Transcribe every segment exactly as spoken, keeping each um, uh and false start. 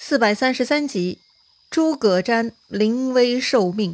四百三十三集，诸葛瞻临危受命。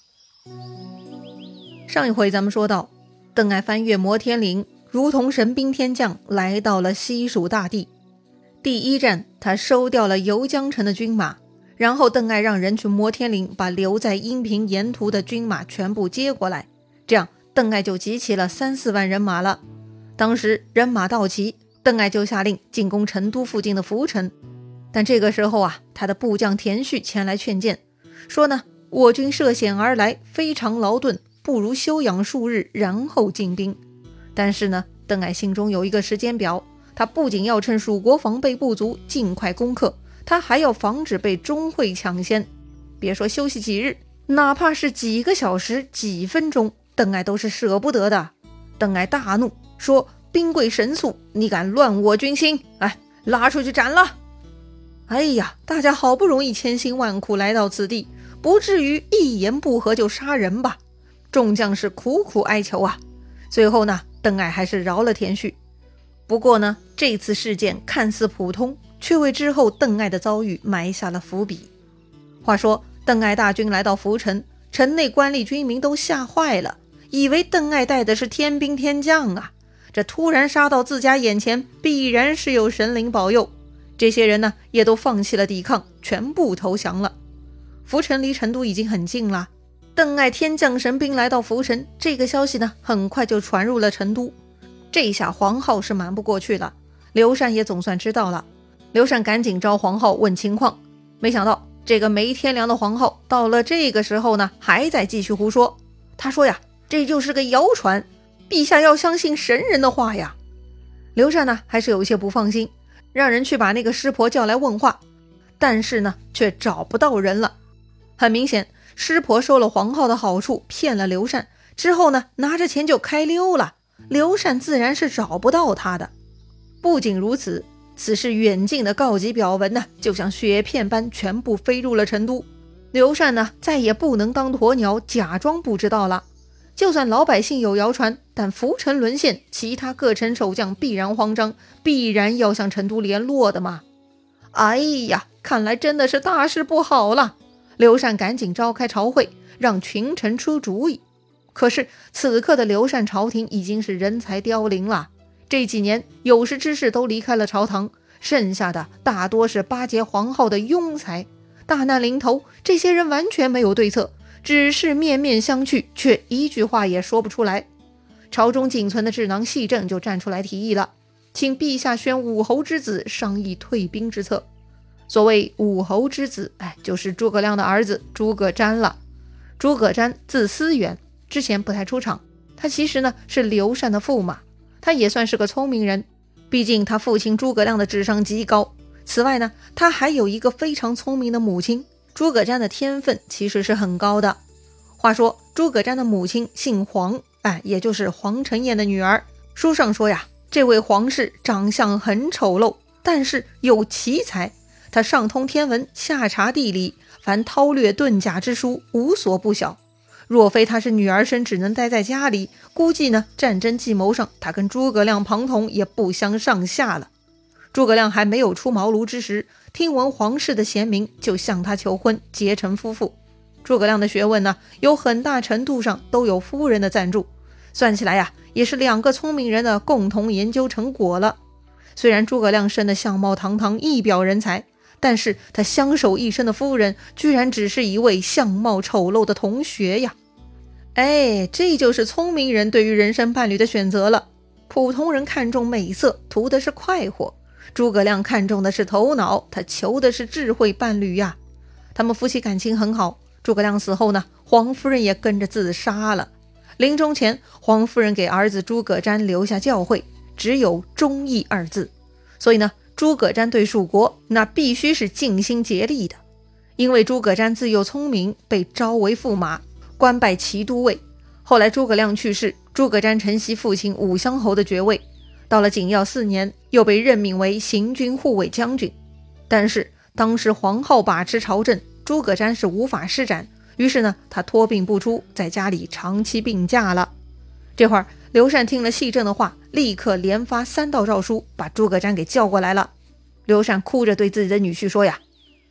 上一回咱们说到，邓艾翻越摩天岭，如同神兵天将，来到了西蜀大地。第一站，他收掉了游江城的军马，然后邓艾让人去摩天岭，把留在阴平沿途的军马全部接过来，这样邓艾就集齐了三四万人马了。当时人马到齐，邓艾就下令进攻成都附近的涪城。但这个时候啊，他的部将田旭前来劝谏，说呢，我军涉险而来，非常劳顿，不如休养数日，然后进兵。但是呢，邓艾心中有一个时间表，他不仅要趁蜀国防备不足尽快攻克，他还要防止被钟会抢先。别说休息几日，哪怕是几个小时几分钟，邓艾都是舍不得的。邓艾大怒，说，兵贵神速，你敢乱我军心，来，拉出去斩了。哎呀，大家好不容易千辛万苦来到此地，不至于一言不合就杀人吧。众将士苦苦哀求啊，最后呢，邓艾还是饶了田旭。不过呢，这次事件看似普通，却为之后邓艾的遭遇埋下了伏笔。话说邓艾大军来到涪城，城内官吏军民都吓坏了，以为邓艾带的是天兵天将啊，这突然杀到自家眼前，必然是有神灵保佑。这些人呢，也都放弃了抵抗，全部投降了。涪城离成都已经很近了，邓艾天降神兵来到涪城，这个消息呢，很快就传入了成都。这下黄皓是瞒不过去了，刘禅也总算知道了。刘禅赶紧召黄皓问情况，没想到这个没天良的黄皓到了这个时候呢，还在继续胡说。他说呀，这就是个谣传，陛下要相信神人的话呀。刘禅呢，还是有些不放心，让人去把那个师婆叫来问话，但是呢，却找不到人了。很明显，师婆收了黄皓的好处，骗了刘禅，之后呢，拿着钱就开溜了。刘禅自然是找不到他的。不仅如此，此事远近的告急表文呢，就像雪片般全部飞入了成都。刘禅呢，再也不能当鸵鸟假装不知道了。就算老百姓有谣传，但涪城沦陷，其他各城守将必然慌张，必然要向成都联络的嘛。哎呀，看来真的是大事不好了。刘禅赶紧召开朝会，让群臣出主意。可是此刻的刘禅朝廷已经是人才凋零了，这几年有识之士都离开了朝堂，剩下的大多是巴结黄皓的庸才。大难临头，这些人完全没有对策，只是面面相觑，却一句话也说不出来。朝中仅存的智囊细正就站出来提议了，请陛下选武侯之子，商议退兵之策。所谓武侯之子，哎，就是诸葛亮的儿子诸葛瞻了。诸葛瞻字思远，之前不太出场，他其实呢是刘禅的驸马，他也算是个聪明人，毕竟他父亲诸葛亮的智商极高。此外呢，他还有一个非常聪明的母亲，诸葛瞻的天分其实是很高的。话说诸葛瞻的母亲姓黄，哎，也就是黄承彦的女儿。书上说呀，这位皇室长相很丑陋，但是有奇才，他上通天文，下察地理，凡韬略遁甲之书无所不晓。若非他是女儿身，只能待在家里，估计呢，战争计谋上他跟诸葛亮庞统也不相上下了。诸葛亮还没有出茅庐之时，听闻皇室的贤明，就向他求婚，结成夫妇。诸葛亮的学问呢，有很大程度上都有夫人的赞助，算起来呀，也是两个聪明人的共同研究成果了。虽然诸葛亮生的相貌堂堂，一表人才，但是他相守一生的夫人，居然只是一位相貌丑陋的同学呀。哎，这就是聪明人对于人生伴侣的选择了。普通人看重美色，图的是快活，诸葛亮看重的是头脑，他求的是智慧伴侣呀。他们夫妻感情很好，诸葛亮死后呢，黄夫人也跟着自杀了。临终前，黄夫人给儿子诸葛瞻留下教诲，只有忠义二字。所以呢，诸葛瞻对蜀国那必须是尽心竭力的。因为诸葛瞻自幼聪明，被招为驸马，官拜骑都尉。后来诸葛亮去世，诸葛瞻承袭父亲武乡侯的爵位，到了景耀四年，又被任命为行军护卫将军。但是当时黄皓把持朝政，诸葛瞻是无法施展，于是呢，他托病不出，在家里长期病假了。这会儿刘禅听了细正的话，立刻连发三道诏书，把诸葛瞻给叫过来了。刘禅哭着对自己的女婿说呀，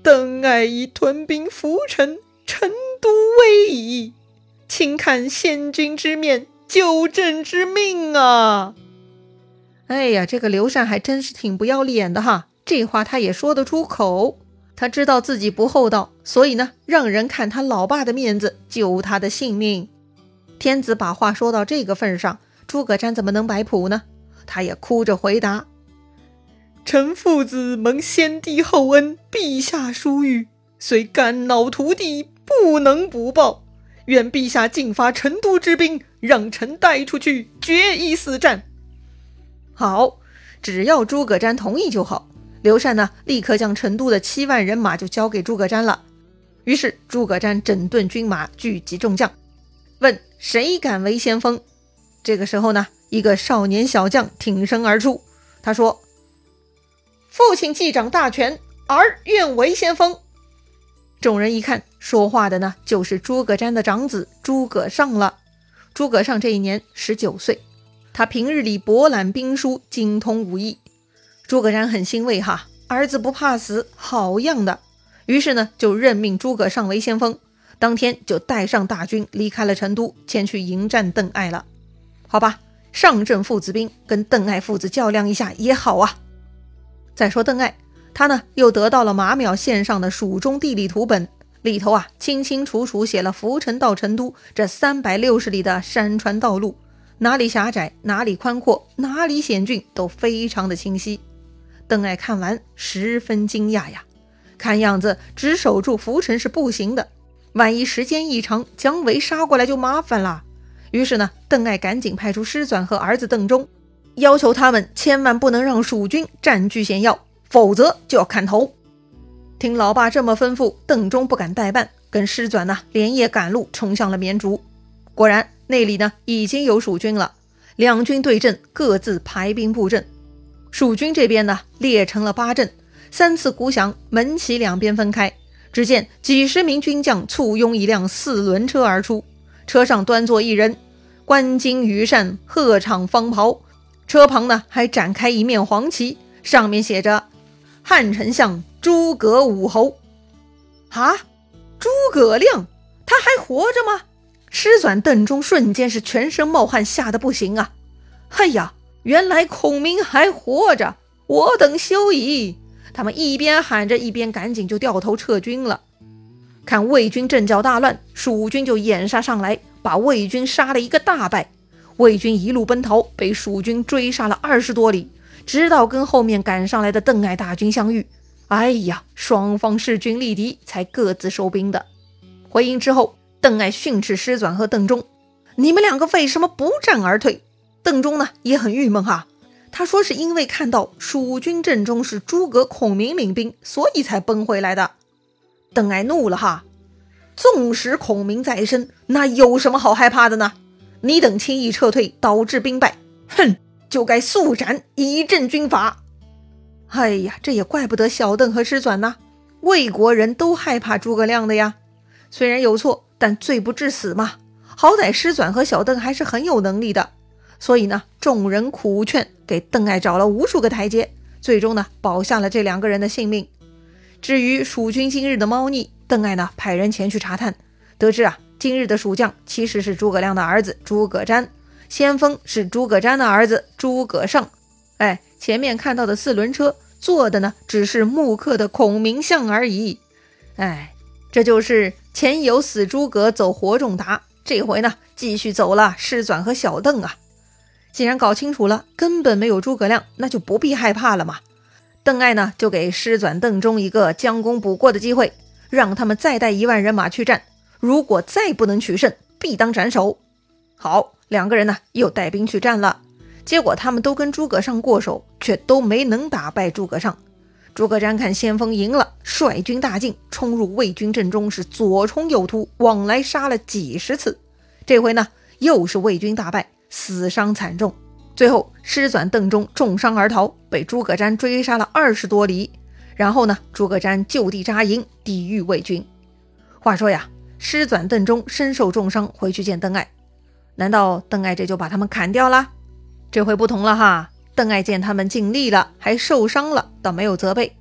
邓艾已屯兵涪城，成都危矣，请看先君之面，救朕之命啊！哎呀，这个刘禅还真是挺不要脸的哈，这话他也说得出口。他知道自己不厚道，所以呢，让人看他老爸的面子，救他的性命。天子把话说到这个份上，诸葛瞻怎么能摆谱呢？他也哭着回答：臣父子蒙先帝厚恩，陛下殊遇，虽肝脑涂地，不能不报。愿陛下尽发成都之兵，让臣带出去，决一死战。好，只要诸葛瞻同意就好。刘禅呢，立刻将成都的七万人马就交给诸葛瞻了。于是诸葛瞻整顿军马，聚集众将，问谁敢为先锋。这个时候呢，一个少年小将挺身而出，他说：父亲既掌大权，儿愿为先锋。众人一看，说话的呢就是诸葛瞻的长子诸葛尚了。诸葛尚这一年十九岁，他平日里博览兵书，精通武艺。诸葛瞻很欣慰哈，儿子不怕死，好样的。于是呢，就任命诸葛尚为先锋，当天就带上大军离开了成都，前去迎战邓艾了。好吧，上阵父子兵，跟邓艾父子较量一下也好啊。再说邓艾，他呢又得到了马邈献上的蜀中地理图本，里头啊清清楚楚写了涪城到成都这三百六十里的山川道路，哪里狭窄，哪里宽阔，哪里险峻，都非常的清晰。邓艾看完十分惊讶呀，看样子只守住涪城是不行的，万一时间一长，姜维杀过来就麻烦了。于是呢，邓艾赶紧派出师纂和儿子邓忠，要求他们千万不能让蜀军占据险要，否则就要砍头。听老爸这么吩咐，邓忠不敢怠慢，跟师纂呢连夜赶路，冲向了绵竹。果然那里呢已经有蜀军了，两军对阵，各自排兵布阵。蜀军这边呢列成了八阵，三次鼓响，门旗两边分开，只见几十名军将簇拥一辆四轮车而出，车上端坐一人，冠巾羽扇，鹤氅方袍，车旁呢还展开一面黄旗，上面写着汉丞相诸葛武侯。啊，诸葛亮他还活着吗？师纂邓忠瞬间是全身冒汗，吓得不行啊！哎呀，原来孔明还活着，我等休矣！他们一边喊着，一边赶紧就掉头撤军了。看魏军阵脚大乱，蜀军就掩杀上来，把魏军杀了一个大败。魏军一路奔逃，被蜀军追杀了二十多里，直到跟后面赶上来的邓艾大军相遇。哎呀，双方势均力敌，才各自收兵的。回营之后，邓艾训斥师纂和邓忠：你们两个为什么不战而退？邓忠呢也很郁闷哈，他说是因为看到蜀军阵中是诸葛孔明领兵，所以才奔回来的。邓艾怒了哈，纵使孔明在身，那有什么好害怕的呢？你等轻易撤退，导致兵败，哼，就该速斩，以正军法。哎呀，这也怪不得小邓和师纂呐，魏国人都害怕诸葛亮的呀。虽然有错，但罪不至死嘛，好歹师纂和小邓还是很有能力的。所以呢，众人苦劝，给邓艾找了无数个台阶，最终呢保下了这两个人的性命。至于蜀军今日的猫腻，邓艾呢派人前去查探，得知啊，今日的蜀将其实是诸葛亮的儿子诸葛瞻，先锋是诸葛瞻的儿子诸葛尚。哎，前面看到的四轮车坐的呢只是木刻的孔明像而已。哎，这就是前有死诸葛走活仲达，这回呢继续走了师纂和小邓啊。既然搞清楚了根本没有诸葛亮，那就不必害怕了嘛。邓艾呢就给师纂邓忠一个将功补过的机会，让他们再带一万人马去战，如果再不能取胜，必当斩首。好，两个人呢又带兵去战了，结果他们都跟诸葛尚过手，却都没能打败诸葛尚。诸葛瞻看先锋赢了，率军大进，冲入魏军阵中，是左冲右突，往来杀了几十次。这回呢又是魏军大败，死伤惨重，最后师纂邓忠重伤而逃，被诸葛瞻追杀了二十多里。然后呢，诸葛瞻就地扎营，抵御魏军。话说呀，师纂邓忠身受重伤，回去见邓艾，难道邓艾这就把他们砍掉了？这回不同了哈，邓艾见他们尽力了，还受伤了，倒没有责备。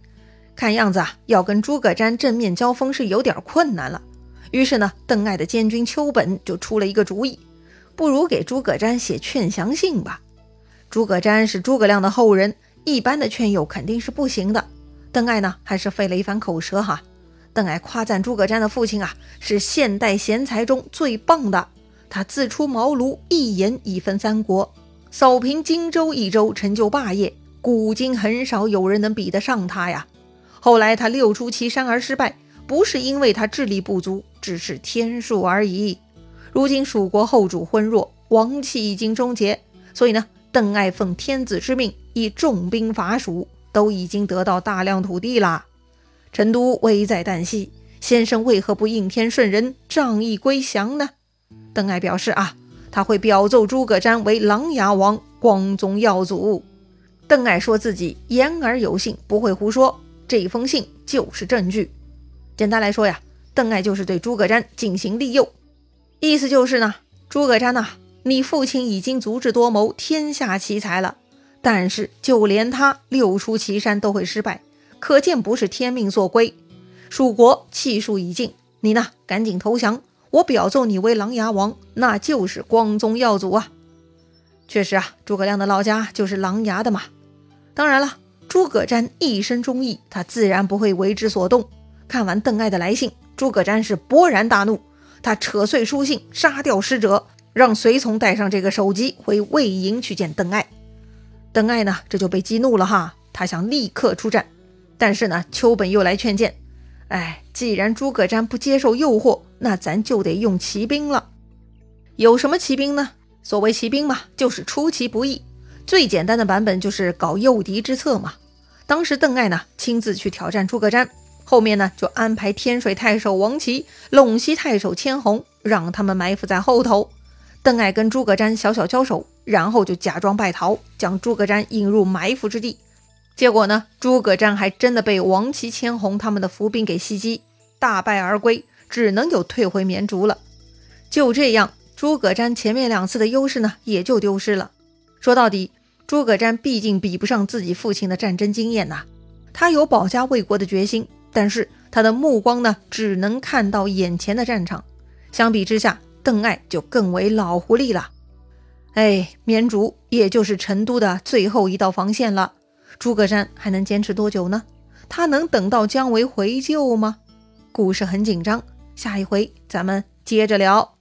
看样子啊，要跟诸葛瞻正面交锋是有点困难了。于是呢，邓艾的监军丘本就出了一个主意，不如给诸葛瞻写劝降信吧。诸葛瞻是诸葛亮的后人，一般的劝诱肯定是不行的。邓艾呢，还是费了一番口舌哈。邓艾夸赞诸葛瞻的父亲啊，是现代贤才中最棒的。他自出茅庐，一言一分三国，扫平荆州一州，成就霸业，古今很少有人能比得上他呀。后来他六出祁山而失败，不是因为他智力不足，只是天数而已。如今蜀国后主昏弱，王气已经终结，所以呢，邓艾奉天子之命，以重兵伐蜀，都已经得到大量土地啦。成都危在旦夕，先生为何不应天顺人，仗义归降呢？邓艾表示啊，他会表奏诸葛瞻为琅琊王，光宗耀祖。邓艾说自己言而有信，不会胡说，这封信就是证据。简单来说呀，邓艾就是对诸葛瞻进行利诱，意思就是呢，诸葛瞻啊，你父亲已经足智多谋，天下奇才了，但是就连他六出祁山都会失败，可见不是天命所归。蜀国气数已尽，你呢赶紧投降，我表奏你为琅琊王，那就是光宗耀祖啊。确实啊，诸葛亮的老家就是琅琊的嘛。当然了，诸葛瞻一生忠义，他自然不会为之所动。看完邓艾的来信，诸葛瞻是勃然大怒，他扯碎书信，杀掉使者，让随从带上这个首级回魏营去见邓艾。邓艾呢，这就被激怒了哈，他想立刻出战，但是呢，丘本又来劝谏，哎，既然诸葛瞻不接受诱惑，那咱就得用骑兵了。有什么骑兵呢？所谓骑兵嘛，就是出其不意，最简单的版本就是搞诱敌之策嘛。当时邓艾呢亲自去挑战诸葛瞻，后面呢就安排天水太守王齐、陇西太守千红，让他们埋伏在后头。邓艾跟诸葛瞻小小交手，然后就假装败逃，将诸葛瞻引入埋伏之地。结果呢，诸葛瞻还真的被王齐、千红他们的伏兵给袭击，大败而归，只能有退回绵竹了。就这样，诸葛瞻前面两次的优势呢也就丢失了。说到底，诸葛瞻毕竟比不上自己父亲的战争经验呐、啊，他有保家卫国的决心，但是他的目光呢只能看到眼前的战场。相比之下，邓艾就更为老狐狸了。哎，绵竹也就是成都的最后一道防线了，诸葛瞻还能坚持多久呢？他能等到姜维回救吗？故事很紧张，下一回咱们接着聊。